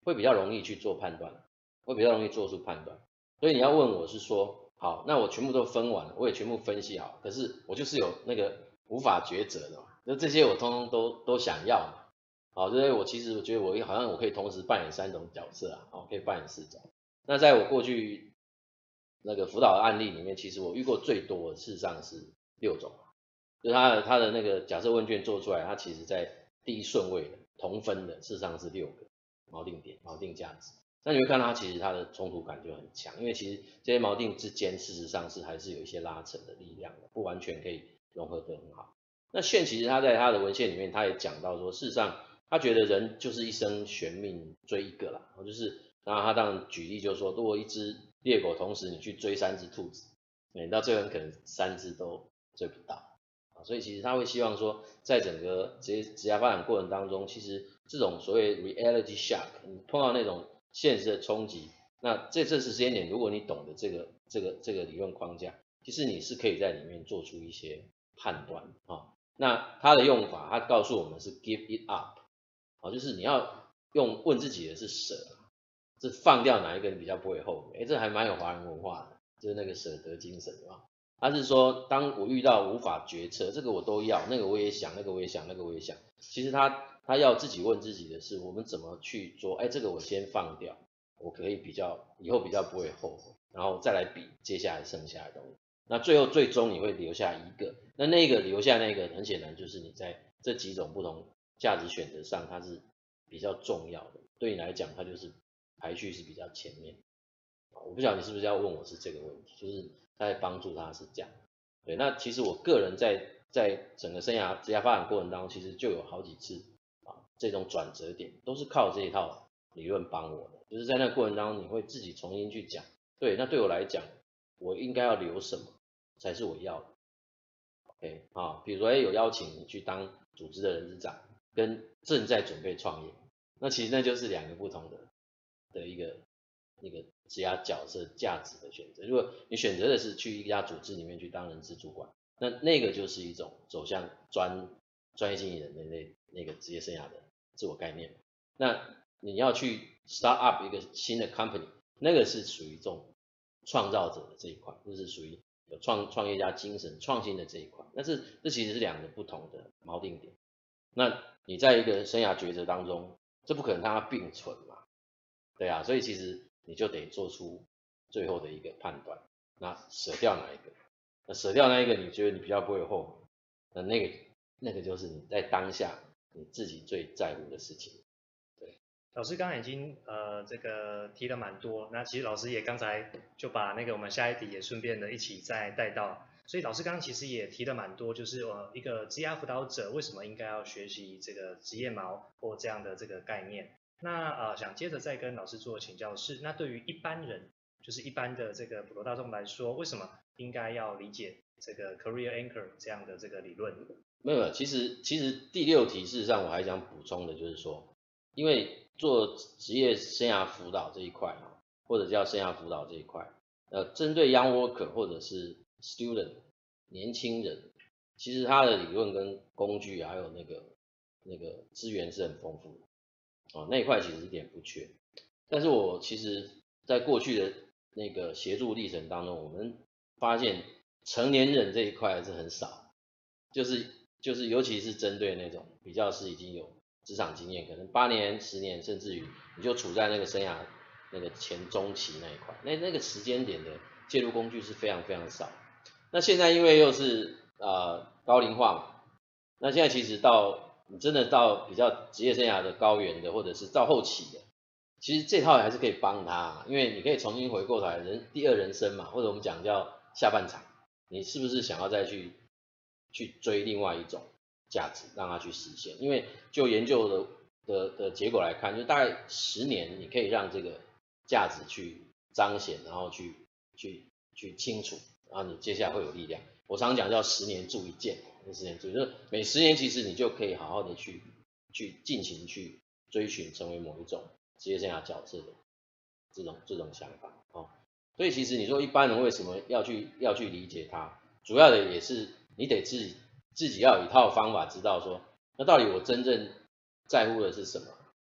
会比较容易去做判断，会比较容易做出判断。所以你要问我是说，好，那我全部都分完了，我也全部分析好，可是我就是有那个无法抉择的嘛，那这些我通通都都想要嘛。好，所以我其实我觉得我好像我可以同时扮演三种角色啊，哦，可以扮演四种。那在我过去那个辅导的案例里面，其实我遇过最多的事实上是六种，就是他的他的那个假设问卷做出来，它其实在第一顺位的同分的，事实上是六个锚定点、锚定价值。那你会看到它其实它的冲突感就很强，因为其实这些锚定之间事实上是还是有一些拉扯的力量的，不完全可以融合得很好。那炫其实他在他的文献里面，他也讲到说，事实上他觉得人就是一生悬命追一个啦，就是然后他当然举例就是说，如果一只猎狗同时你去追三只兔子，你到最后可能三只都追不到。所以其实他会希望说，在整个职业职业发展过程当中，其实这种所谓 reality shock， 你碰到那种现实的冲击，那这这时间点，如果你懂得这个这个这个理论框架，其实你是可以在里面做出一些判断啊、哦。那它的用法，它告诉我们是 give it up， 好、哦，就是你要用问自己的是舍，是放掉哪一个你比较不会后悔？哎，这还蛮有华人文化的，就是那个舍得精神啊。他是说，当我遇到无法决策，这个我都要，那个我也想，那个我也想，那个我也想。其实他他要自己问自己的是，我们怎么去做？哎，这个我先放掉，我可以比较以后比较不会后悔，然后再来比接下来剩下的东西。那最后最终你会留下一个，那那个留下那个很显然就是你在这几种不同价值选择上，它是比较重要的。对你来讲，它就是排序是比较前面。我不晓得你是不是要问我是这个问题，就是在帮助他是这样。对，那其实我个人在在整个生涯职业发展过程当中，其实就有好几次啊这种转折点，都是靠这一套理论帮我的。就是在那个过程当中，你会自己重新去讲，对，那对我来讲，我应该要留什么才是我要的。OK 啊，比如说哎有邀请你去当组织的人事长，跟正在准备创业，那其实那就是两个不同的的一个那个职业角色价值的选择。如果你选择的是去一家组织里面去当人事主管，那那个就是一种走向专专业经理人的那那个职业生涯的自我概念。那你要去 start up 一个新的 company， 那个是属于这种创造者的这一块，就是属于有创创业家精神、创新的这一块。但是这其实是两个不同的锚定点。那你在一个生涯抉择当中，这不可能让它并存嘛？对啊，所以其实你就得做出最后的一个判断，那舍掉哪一个？那舍掉那一个，你觉得你比较不会后悔，那那个那个就是你在当下你自己最在乎的事情。对， 老师刚才已经呃这个提了蛮多，那其实老师也刚才就把那个我们下一题也顺便的一起再带到，所以老师刚刚其实也提了蛮多，就是呃一个职业辅导者为什么应该要学习这个职业锚或这样的这个概念。那呃想接着再跟老师做请教是，那对于一般人，就是一般的这个普罗大众来说，为什么应该要理解这个 career anchor 这样的这个理论？ 没有，其实其实第六题事实上我还想补充的就是说，因为做职业生涯辅导这一块啊，或者叫生涯辅导这一块，呃，针对 young worker 或者是 student 年轻人，其实它的理论跟工具还有那个那个资源是很丰富的。哦，那一块其实一点不缺，但是我其实在过去的那个协助历程当中，我们发现成年人这一块是很少，就是就是尤其是针对那种比较是已经有职场经验，可能八年、十年，甚至于你就处在那个生涯那个前中期那一块，那那个时间点的介入工具是非常非常少。那现在因为又是呃高龄化嘛，那现在其实到你真的到比较职业生涯的高原的，或者是到后期的，其实这套还是可以帮他，因为你可以重新回过头来人第二人生嘛，或者我们讲叫下半场，你是不是想要再去去追另外一种价值，让他去实现？因为就研究的的的结果来看，就大概十年你可以让这个价值去彰显，然后去去去清楚，然后你接下来会有力量。我常讲叫十年铸一件，十年铸，就是每十年其实你就可以好好的去去尽情去追寻成为某一种职业生涯角色的这种这种想法哦。所以其实你说一般人为什么要去要去理解它，主要的也是你得自己自己要有一套方法，知道说那到底我真正在乎的是什么，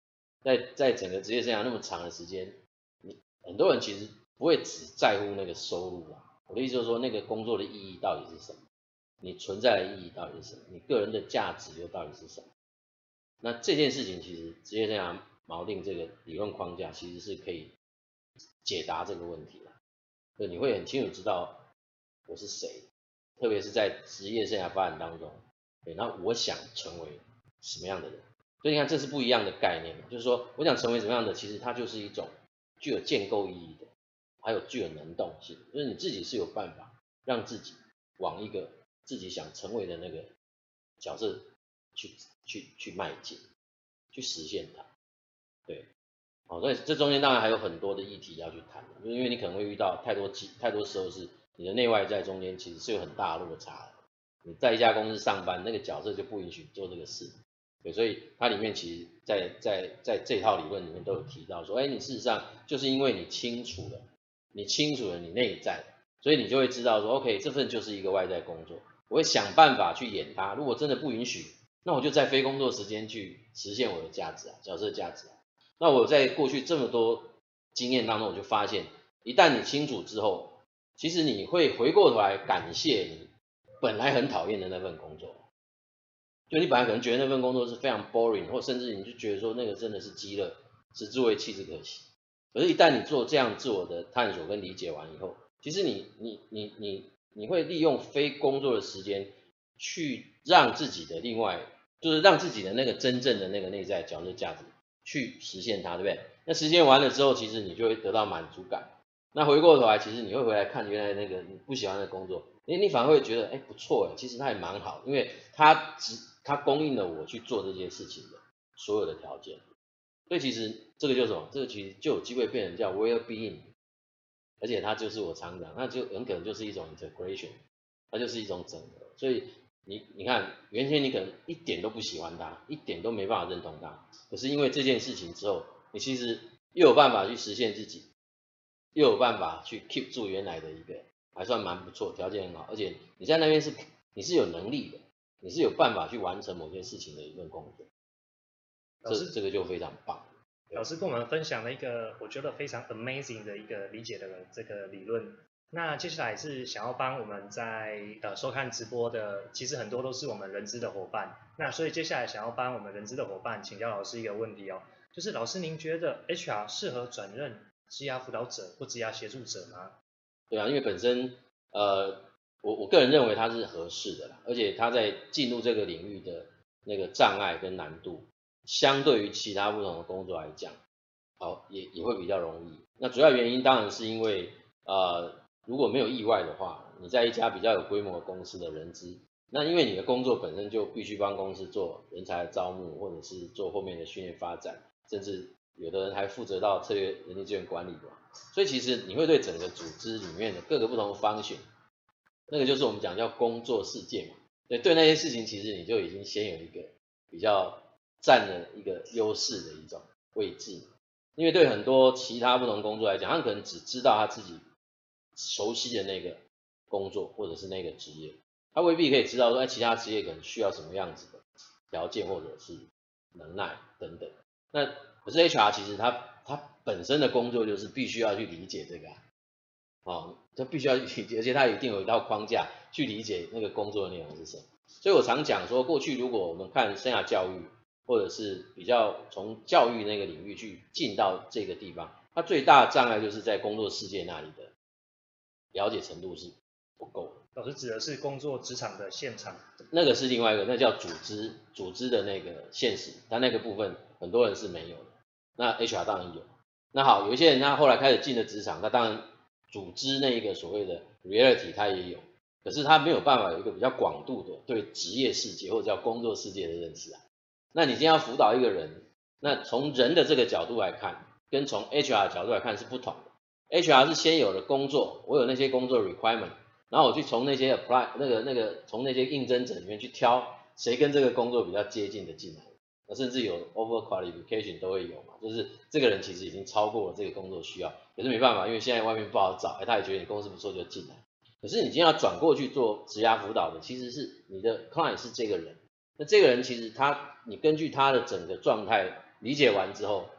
在在整个职业生涯那么长的时间，你很多人其实不会只在乎那个收入啊。我的意思就是说，那个工作的意义到底是什么？你存在的意义到底是什么？你个人的价值又到底是什么？那这件事情其实职业生涯锚定这个理论框架其实是可以解答这个问题的。就你会很清楚知道我是谁，特别是在职业生涯发展当中，对，那我想成为什么样的人？所以你看，这是不一样的概念，就是说，我想成为什么样的，其实它就是一种具有建构意义的，还有具有能动性，就是你自己是有办法让自己往一个自己想成为的那个角色去去去迈进，去实现它。对，好，所以这中间当然还有很多的议题要去谈，因为你可能会遇到太多太多时候是你的内外在中间其实是有很大的落差的。你在一家公司上班，那个角色就不允许做这个事。对，所以它里面其实在在在这套理论里面都有提到说，哎，你事实上就是因为你清楚了，你清楚了你内在，所以你就会知道说 ，OK， 这份就是一个外在工作，我会想办法去演它。如果真的不允许，那我就在非工作时间去实现我的价值啊，角色价值啊。那我在过去这么多经验当中，我就发现，一旦你清楚之后，其实你会回过头来感谢你本来很讨厌的那份工作。就你本来可能觉得那份工作是非常 boring， 或甚至你就觉得说那个真的是鸡肋，食之为弃之可惜。可是，一旦你做这样自我的探索跟理解完以后，其实你你你你你会利用非工作的时间，去让自己的另外，就是让自己的那个真正的那个内在角色价值去实现它，对不对？那实现完了之后，其实你就会得到满足感。那回过头来，其实你会回来看原来那个你不喜欢的工作，哎，你反而会觉得，哎，不错哎，其实它也蛮好，因为它只它供应了我去做这件事情的所有的条件。所以其实这个就是什么？这个其实就有机会变成叫 well being， 而且它就是我常讲，那就很可能就是一种 integration， 它就是一种整合。所以你你看，原先你可能一点都不喜欢它，一点都没办法认同它，可是因为这件事情之后，你其实又有办法去实现自己，又有办法去 keep 住原来的一个还算蛮不错，条件很好，而且你在那边是你是有能力的，你是有办法去完成某件事情的一份工作，这这个就非常棒。 老师跟我们分享了一个我觉得非常 amazing 的一个理解的这个理论。那接下来是想要帮我们在呃收看直播的，其实很多都是我们人资的伙伴。那所以接下来想要帮我们人资的伙伴请教老师一个问题哦，就是老师您觉得 H R 适合转任职涯辅导者或职涯协助者吗？ 对啊，因为本身呃我我个人认为它是合适的啦，而且他在进入这个领域的那个障碍跟难度，相对于其他不同的工作来讲，好也也会比较容易。那主要原因当然是因为呃如果没有意外的话，你在一家比较有规模的公司的人资，那因为你的工作本身就必须帮公司做人才的招募，或者是做后面的训练发展，甚至有的人还负责到策略人力资源管理嘛，所以其实你会对整个组织里面的各个不同的方向，那个就是我们讲叫工作世界嘛，对对那些事情，其实你就已经先有一个比较占了一个优势的一种位置。因为对很多其他不同工作来讲，他可能只知道他自己熟悉的那个工作或者是那个职业，他未必可以知道说，哎，其他职业可能需要什么样子的条件或者是能耐等等。那可是 H R 其实他他本身的工作就是必须要去理解这个啊，哦，他必须要理解，而且他一定有一套框架去理解那个工作的内容是什么。所以我常讲说，过去如果我们看生涯教育，或者是比较从教育那个领域去进到这个地方，它最大的障碍就是在工作世界那里的了解程度是不够的。 老师指的是工作职场的现场， 那个是另外一个，那叫组织组织的那个现实，但那个部分很多人是没有的。那 H R 当然有。那好，有一些人他后来开始进了职场，他当然组织那一个所谓的 reality 他也有，可是他没有办法有一个比较广度的对职业世界或者叫工作世界的认识啊。那你今天要辅导一个人，那从人的这个角度来看，跟从 H R 的角度来看是不同的。H R 是先有了工作，我有那些工作 requirement， 然后我去从那些 apply 那个那个从那些应征者里面去挑谁跟这个工作比较接近的进来，那甚至有 over qualification 都会有嘛，就是这个人其实已经超过了这个工作需要，可是没办法，因为现在外面不好找，哎，他也觉得你公司不错就进来。可是你今天要转过去做职涯辅导的，其实是你的 client 是这个人。那这个人其实他，你根据他的整个状态理解完之后，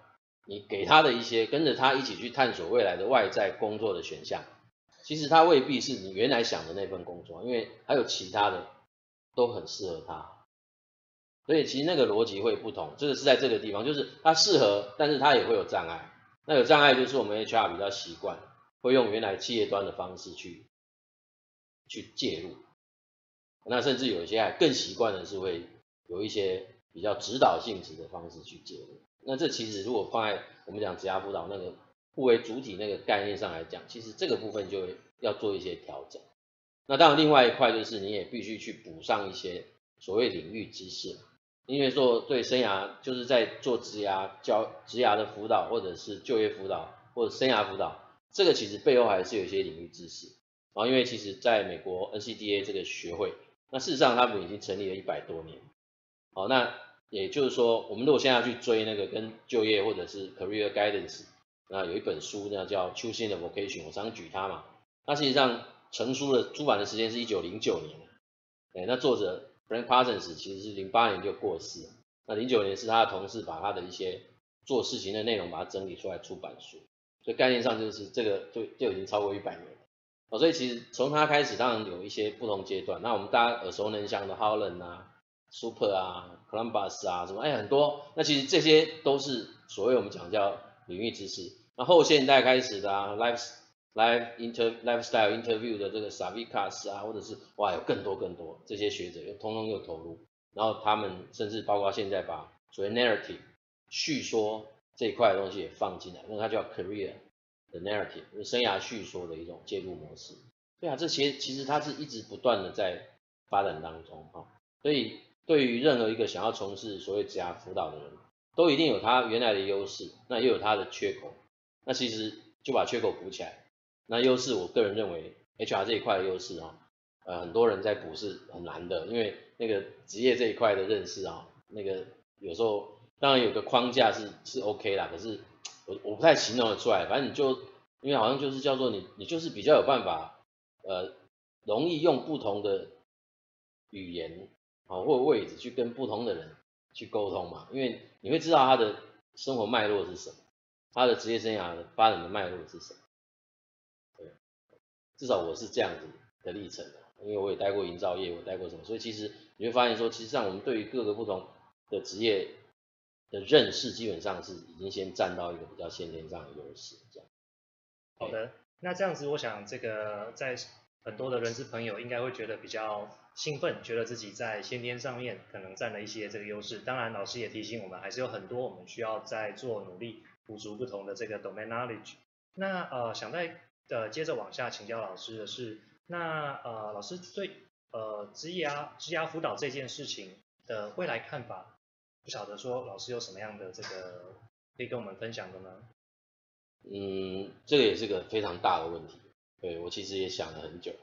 你给他的一些跟着他一起去探索未来的外在工作的选项，其实他未必是你原来想的那份工作，因为还有其他的都很适合他。所以其实那个逻辑会不同，这个是在这个地方，就是它适合，但是它也会有障碍。那有障碍就是我们 H R 比较习惯，会用原来企业端的方式去去介入，那甚至有一些还更习惯的是会有一些比较指导性质的方式去介入。那这其实如果放在我们讲职涯辅导那个互为主体那个概念上来讲，其实这个部分就要做一些调整。那当然另外一块就是你也必须去补上一些所谓领域知识，因为说对生涯就是在做职涯教职涯的辅导，或者是就业辅导，或者生涯辅导，这个其实背后还是有一些领域知识。然后因为其实在美国 N C D A 这个学会，那事实上他们已经成立了一百多年。好，那也就是说，我们如果现在去追那个跟就业或者是 career guidance， 那有一本书那叫 Choosing the Vocation， 我常举它嘛。那实际上成书的出版的时间是一九零九年，哎，那作者 Frank Parsons 其实是零八年就过世了，那零九年是他的同事把他的一些做事情的内容把它整理出来出版书，所以概念上就是这个就就已经超过一百年了。哦，所以其实从他开始，当然有一些不同阶段。那我们大家耳熟能详的 Holland 啊、Super 啊、Columbus 啊什么，哎很多。那其实这些都是所谓我们讲叫领域知识。那后现代开始的啊 ，Life Life Inter Lifestyle Interview 的这个 Savikas 啊，或者是哇有更多更多这些学者又通通又投入，然后他们甚至包括现在把所谓 narrative 叙说这一块的东西也放进来，那它叫 career。的 narrative 就是生涯叙说的一种介入模式，对啊，这些其实它是一直不断的在发展当中哈、哦，所以对于任何一个想要从事所谓职涯辅导的人，都一定有他原来的优势，那又有他的缺口，那其实就把缺口补起来。那优势，我个人认为 H R 这一块的优势啊、哦，呃，很多人在补是很难的，因为那个职业这一块的认识啊、哦，那个有时候当然有个框架是是 OK 啦，可是。我我不太形容得出来，反正你就因为好像就是叫做你你就是比较有办法，呃，容易用不同的语言啊、哦、或者位置去跟不同的人去沟通嘛，因为你会知道他的生活脉络是什么，他的职业生涯的发展的脉络是什么，对，至少我是这样子的历程的，因为我也待过营造业，我待过什么，所以其实你会发现说，其实上我们对于各个不同的职业的认识基本上是已经先占到一个比较先天上的优势，这样。 好的，那这样子，我想这个在很多的人资朋友应该会觉得比较兴奋，觉得自己在先天上面可能占了一些这个优势。当然，老师也提醒我们，还是有很多我们需要在做努力，补足不同的这个 domain knowledge。那呃，想再呃接着往下请教老师的是，那呃老师对呃职涯职涯辅导这件事情的未来看法，不晓得说老师有什么样的这个可以跟我们分享的呢？ 嗯，这个也是个非常大的问题，对我其实也想了很久。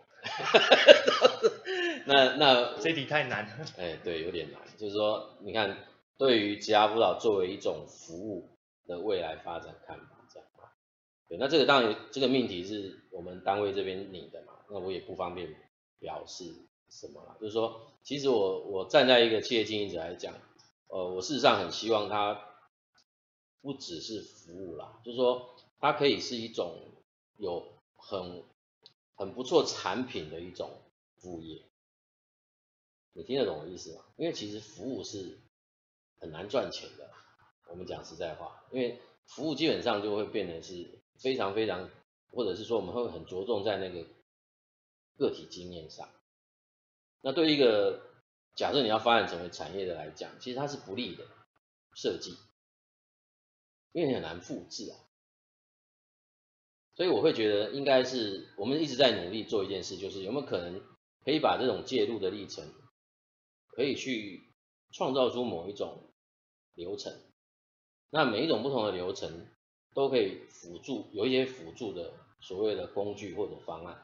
那那这题太难了。 哎，对，有点难。就是说，你看，对于职涯辅导作为一种服务的未来发展看法，这样。对，那这个当然这个命题是我们单位这边拟的嘛，那我也不方便表示什么啦。就是说，其实我我站在一个企业经营者来讲，呃，我事实上很希望它不只是服务啦，就是说它可以是一种有很很不错产品的一种服务业。你听得懂我意思吗？因为其实服务是很难赚钱的，我们讲实在话，因为服务基本上就会变得是非常非常，或者是说我们会很着重在那个个体经验上。那对于一个假设你要发展成为产业的来讲，其实它是不利的设计，因为你很难复制啊。所以我会觉得应该是我们一直在努力做一件事，就是有没有可能可以把这种介入的历程，可以去创造出某一种流程。那每一种不同的流程都可以辅助，有一些辅助的所谓的工具或者方案。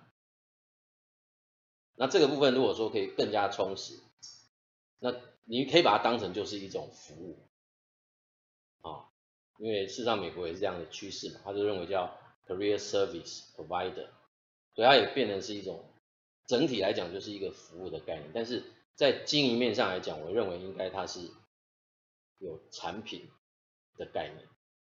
那这个部分如果说可以更加充实，那你可以把它当成就是一种服务啊，因为事实上美国也是这样的趋势嘛，他就认为叫 career service provider， 所以它也变成是一种整体来讲就是一个服务的概念，但是在经营面上来讲，我认为应该它是有产品的概念。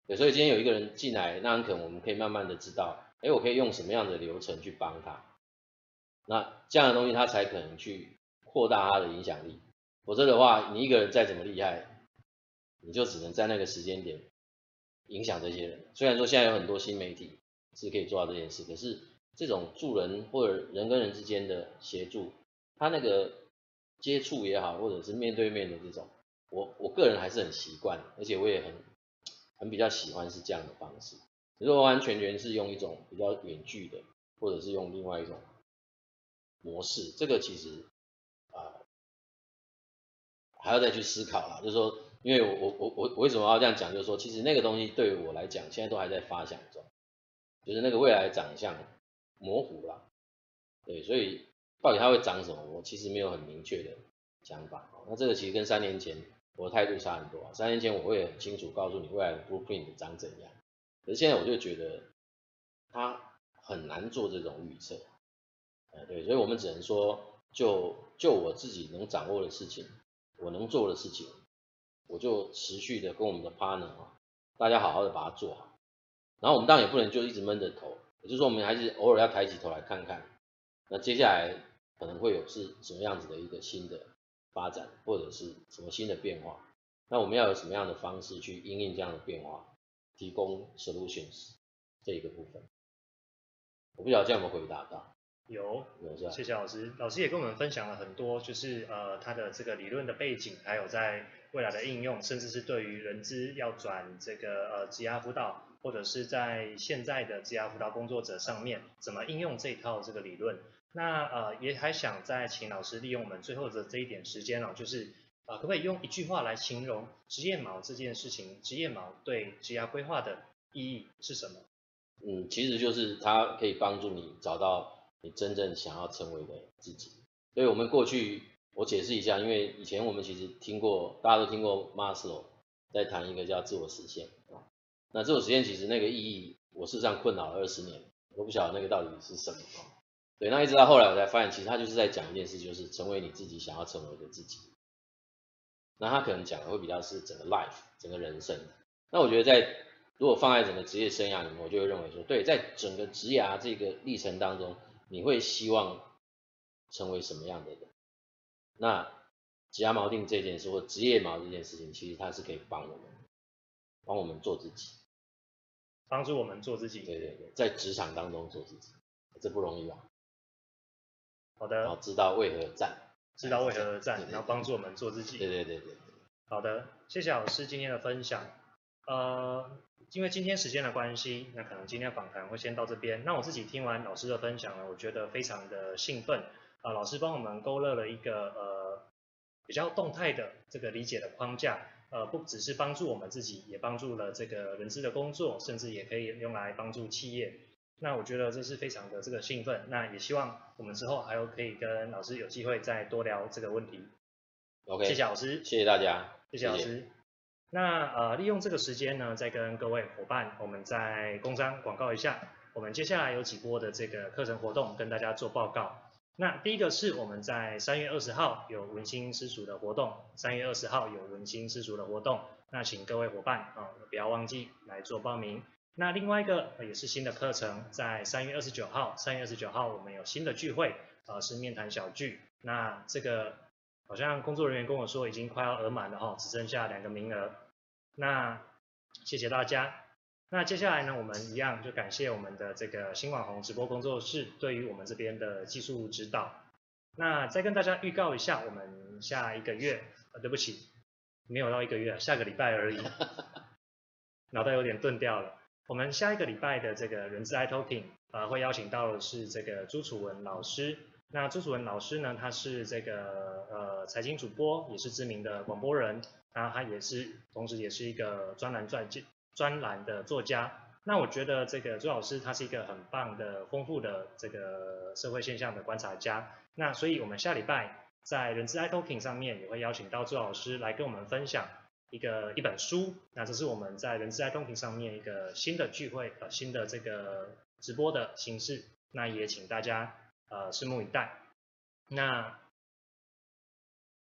对，所以今天有一个人进来，那很可能我们可以慢慢的知道，哎，我可以用什么样的流程去帮他，那这样的东西他才可能去扩大他的影响力，否则的话，你一个人再怎么厉害，你就只能在那个时间点影响这些人。虽然说现在有很多新媒体是可以做到这件事，可是这种助人或者人跟人之间的协助，他那个接触也好，或者是面对面的这种，我我个人还是很习惯，而且我也很很比较喜欢是这样的方式。如果完完全全是用一种比较远距的，或者是用另外一种模式，这个其实啊、呃、还要再去思考啦。就是说，因为我我我我我为什么要这样讲？就是说，其实那个东西对于我来讲，现在都还在发想中，就是那个未来长相模糊啦。对，所以到底它会长什么，我其实没有很明确的想法。那这个其实跟三年前我的态度差很多啊。三年前我会很清楚告诉你未来的 blueprint 长怎样，可是现在我就觉得它很难做这种预测。哎，对，所以我们只能说，就就我自己能掌握的事情，我能做的事情，我就持续的跟我们的 partner 啊，大家好好的把它做好。然后我们当然也不能就一直闷着头，也就是说我们还是偶尔要抬起头来看看，那接下来可能会有是什么样子的一个新的发展，或者是什么新的变化。那我们要有什么样的方式去因应这样的变化，提供 solutions 这一个部分。我不晓得这样有没有回答到。 有， 有是吧？ 谢谢老师。老师也跟我们分享了很多，就是呃他的这个理论的背景，还有在未来的应用，甚至是对于人资要转这个呃职涯辅导，或者是在现在的职涯辅导工作者上面，怎么应用这一套这个理论。那呃也还想再请老师利用我们最后的这一点时间哦，就是呃可不可以用一句话来形容职业锚这件事情，职业锚对职涯规划的意义是什么？ 嗯，其实就是它可以帮助你找到你真正想要成为的自己。所以我们过去我解释一下，因为以前我们其实听过，大家都听过 Maslow 在谈一个叫自我实现啊。那自我实现其实那个意义，我事实上困扰了二十年，我都不晓得那个到底是什么啊。对，那一直到后来我才发现，其实他就是在讲一件事，就是成为你自己想要成为的自己。那他可能讲的会比较是整个 life 整个人生。那我觉得在如果放在整个职业生涯里面，我就会认为说，对，在整个职涯这个历程当中，你会希望成为什么样的人？那职涯锚定这件事或职业锚这件事情，其实它是可以帮我们，帮我们做自己， 帮助我们做自己。 对对对，在职场当中做自己，这不容易吧？ 好的。 然后知道为何而战， 知道为何而战，然后帮助我们做自己。 对对对对。 好的，谢谢老师今天的分享。呃，因为今天时间的关系，那可能今天访谈会先到这边。那我自己听完老师的分享呢，我觉得非常的兴奋。啊、呃，老师帮我们勾勒了一个呃比较动态的这个理解的框架。呃，不只是帮助我们自己，也帮助了这个人资的工作，甚至也可以用来帮助企业。那我觉得这是非常的这个兴奋，那也希望我们之后还有可以跟老师有机会再多聊这个问题。 OK， 谢谢老师， 谢谢大家， 谢谢老师。谢谢。那呃利用这个时间呢，再跟各位伙伴，我们再工商广告一下，我们接下来有几波的这个课程活动跟大家做报告。那第一个是我们在三月二十号有文心私塾的活动，三月二十号有文心私塾的活动，那请各位伙伴啊、呃、不要忘记来做报名。那另外一个也是新的课程，在三月二十九号，三月二十九号我们有新的聚会，呃是面谈小聚。那这个好像工作人员跟我说已经快要额满了哈，只剩下两个名额。那谢谢大家。那接下来呢，我们一样就感谢我们的这个新网红直播工作室对于我们这边的技术指导。那再跟大家预告一下，我们下一个月，呃，对不起，没有到一个月，下个礼拜而已，脑袋有点钝掉了。我们下一个礼拜的这个人资 iTalking， 呃，会邀请到的是这个朱楚文老师。那朱楚文老师呢，他是这个呃财经主播，也是知名的广播人，然后他也是同时也是一个专栏撰专栏的作家。那我觉得这个朱老师他是一个很棒的、丰富的这个社会现象的观察家。那所以我们下礼拜在人资 iTalking 上面也会邀请到朱老师来跟我们分享一个一本书。那这是我们在人资 iTalking 上面一个新的聚会，呃，新的这个直播的形式。那也请大家呃拭目以待。那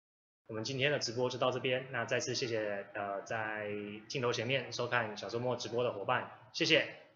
我们今天的直播就到这边，那再次谢谢呃在镜头前面收看小周末直播的伙伴，谢谢。